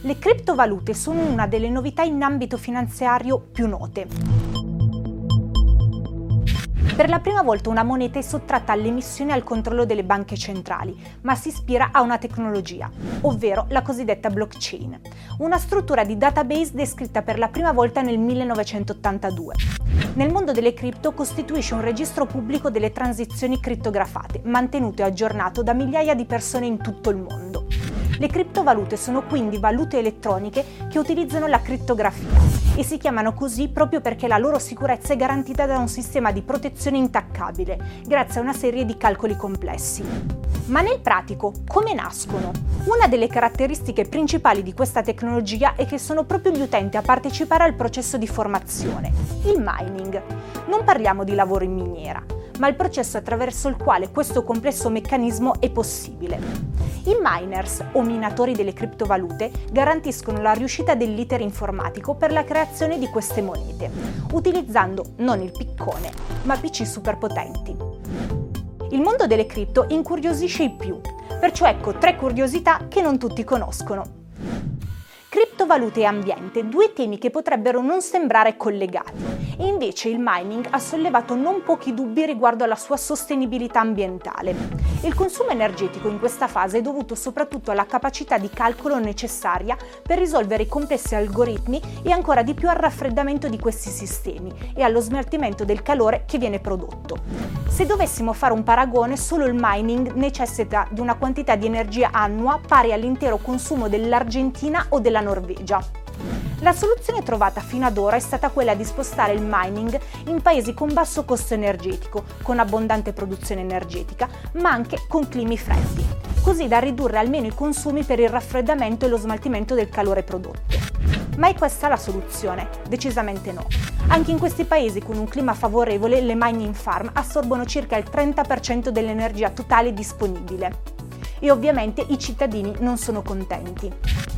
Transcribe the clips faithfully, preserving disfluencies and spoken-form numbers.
Le criptovalute sono una delle novità in ambito finanziario più note. Per la prima volta una moneta è sottratta all'emissione e al controllo delle banche centrali, ma si ispira a una tecnologia, ovvero la cosiddetta blockchain, una struttura di database descritta per la prima volta nel millenovecentottantadue. Nel mondo delle cripto costituisce un registro pubblico delle transazioni crittografate, mantenuto e aggiornato da migliaia di persone in tutto il mondo. Le criptovalute sono quindi valute elettroniche che utilizzano la crittografia e si chiamano così proprio perché la loro sicurezza è garantita da un sistema di protezione intaccabile, grazie a una serie di calcoli complessi. Ma nel pratico, come nascono? Una delle caratteristiche principali di questa tecnologia è che sono proprio gli utenti a partecipare al processo di formazione, il mining. Non parliamo di lavoro in miniera, ma il processo attraverso il quale questo complesso meccanismo è possibile. I miners, o minatori delle criptovalute, garantiscono la riuscita dell'iter informatico per la creazione di queste monete, utilizzando non il piccone, ma P C superpotenti. Il mondo delle cripto incuriosisce i più, perciò ecco tre curiosità che non tutti conoscono. Criptovalute e ambiente, due temi che potrebbero non sembrare collegati, e invece il mining ha sollevato non pochi dubbi riguardo alla sua sostenibilità ambientale. Il consumo energetico in questa fase è dovuto soprattutto alla capacità di calcolo necessaria per risolvere i complessi algoritmi e ancora di più al raffreddamento di questi sistemi e allo smaltimento del calore che viene prodotto. Se dovessimo fare un paragone, solo il mining necessita di una quantità di energia annua pari all'intero consumo dell'Argentina o della Norvegia. La soluzione trovata fino ad ora è stata quella di spostare il mining in paesi con basso costo energetico, con abbondante produzione energetica, ma anche con climi freddi, così da ridurre almeno i consumi per il raffreddamento e lo smaltimento del calore prodotto. Ma è questa la soluzione? Decisamente no. Anche in questi paesi con un clima favorevole le mining farm assorbono circa il trenta per cento dell'energia totale disponibile. E ovviamente i cittadini non sono contenti.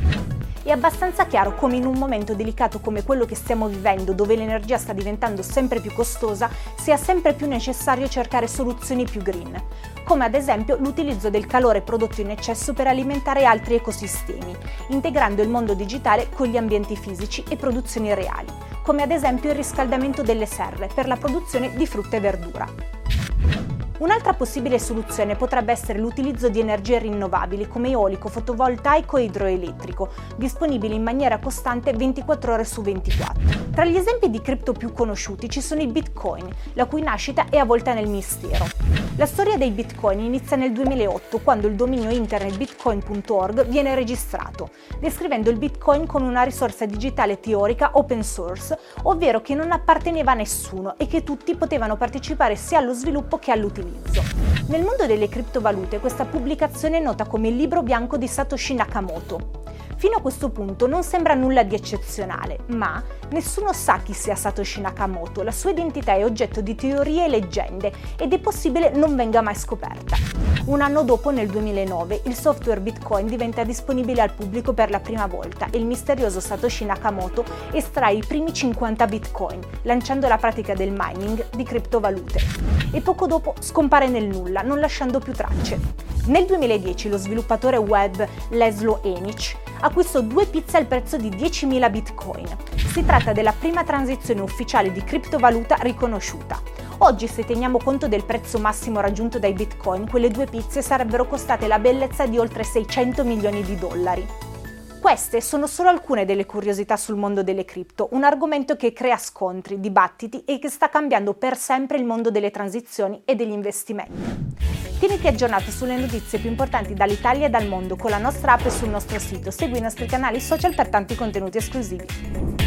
È abbastanza chiaro come in un momento delicato come quello che stiamo vivendo, dove l'energia sta diventando sempre più costosa, sia sempre più necessario cercare soluzioni più green, come ad esempio l'utilizzo del calore prodotto in eccesso per alimentare altri ecosistemi, integrando il mondo digitale con gli ambienti fisici e produzioni reali, come ad esempio il riscaldamento delle serre per la produzione di frutta e verdura. Un'altra possibile soluzione potrebbe essere l'utilizzo di energie rinnovabili come eolico, fotovoltaico e idroelettrico, disponibili in maniera costante ventiquattro ore su ventiquattro. Tra gli esempi di cripto più conosciuti ci sono i bitcoin, la cui nascita è avvolta nel mistero. La storia dei bitcoin inizia nel duemilaotto, quando il dominio internet bitcoin punto org viene registrato, descrivendo il bitcoin come una risorsa digitale teorica open source, ovvero che non apparteneva a nessuno e che tutti potevano partecipare sia allo sviluppo che all'utilizzo. Nel mondo delle criptovalute questa pubblicazione è nota come il libro bianco di Satoshi Nakamoto. Fino a questo punto non sembra nulla di eccezionale, ma nessuno sa chi sia Satoshi Nakamoto, la sua identità è oggetto di teorie e leggende ed è possibile non venga mai scoperta. Un anno dopo, nel duemilanove, il software Bitcoin diventa disponibile al pubblico per la prima volta e il misterioso Satoshi Nakamoto estrae i primi cinquanta Bitcoin, lanciando la pratica del mining di criptovalute. E poco dopo scompare nel nulla, non lasciando più tracce. Nel duemiladieci lo sviluppatore web Laszlo Enic acquistò due pizze al prezzo di diecimila bitcoin. Si tratta della prima transazione ufficiale di criptovaluta riconosciuta. Oggi, se teniamo conto del prezzo massimo raggiunto dai bitcoin, quelle due pizze sarebbero costate la bellezza di oltre seicento milioni di dollari. Queste sono solo alcune delle curiosità sul mondo delle cripto, un argomento che crea scontri, dibattiti e che sta cambiando per sempre il mondo delle transizioni e degli investimenti. Tieniti aggiornato sulle notizie più importanti dall'Italia e dal mondo con la nostra app e sul nostro sito. Segui i nostri canali social per tanti contenuti esclusivi.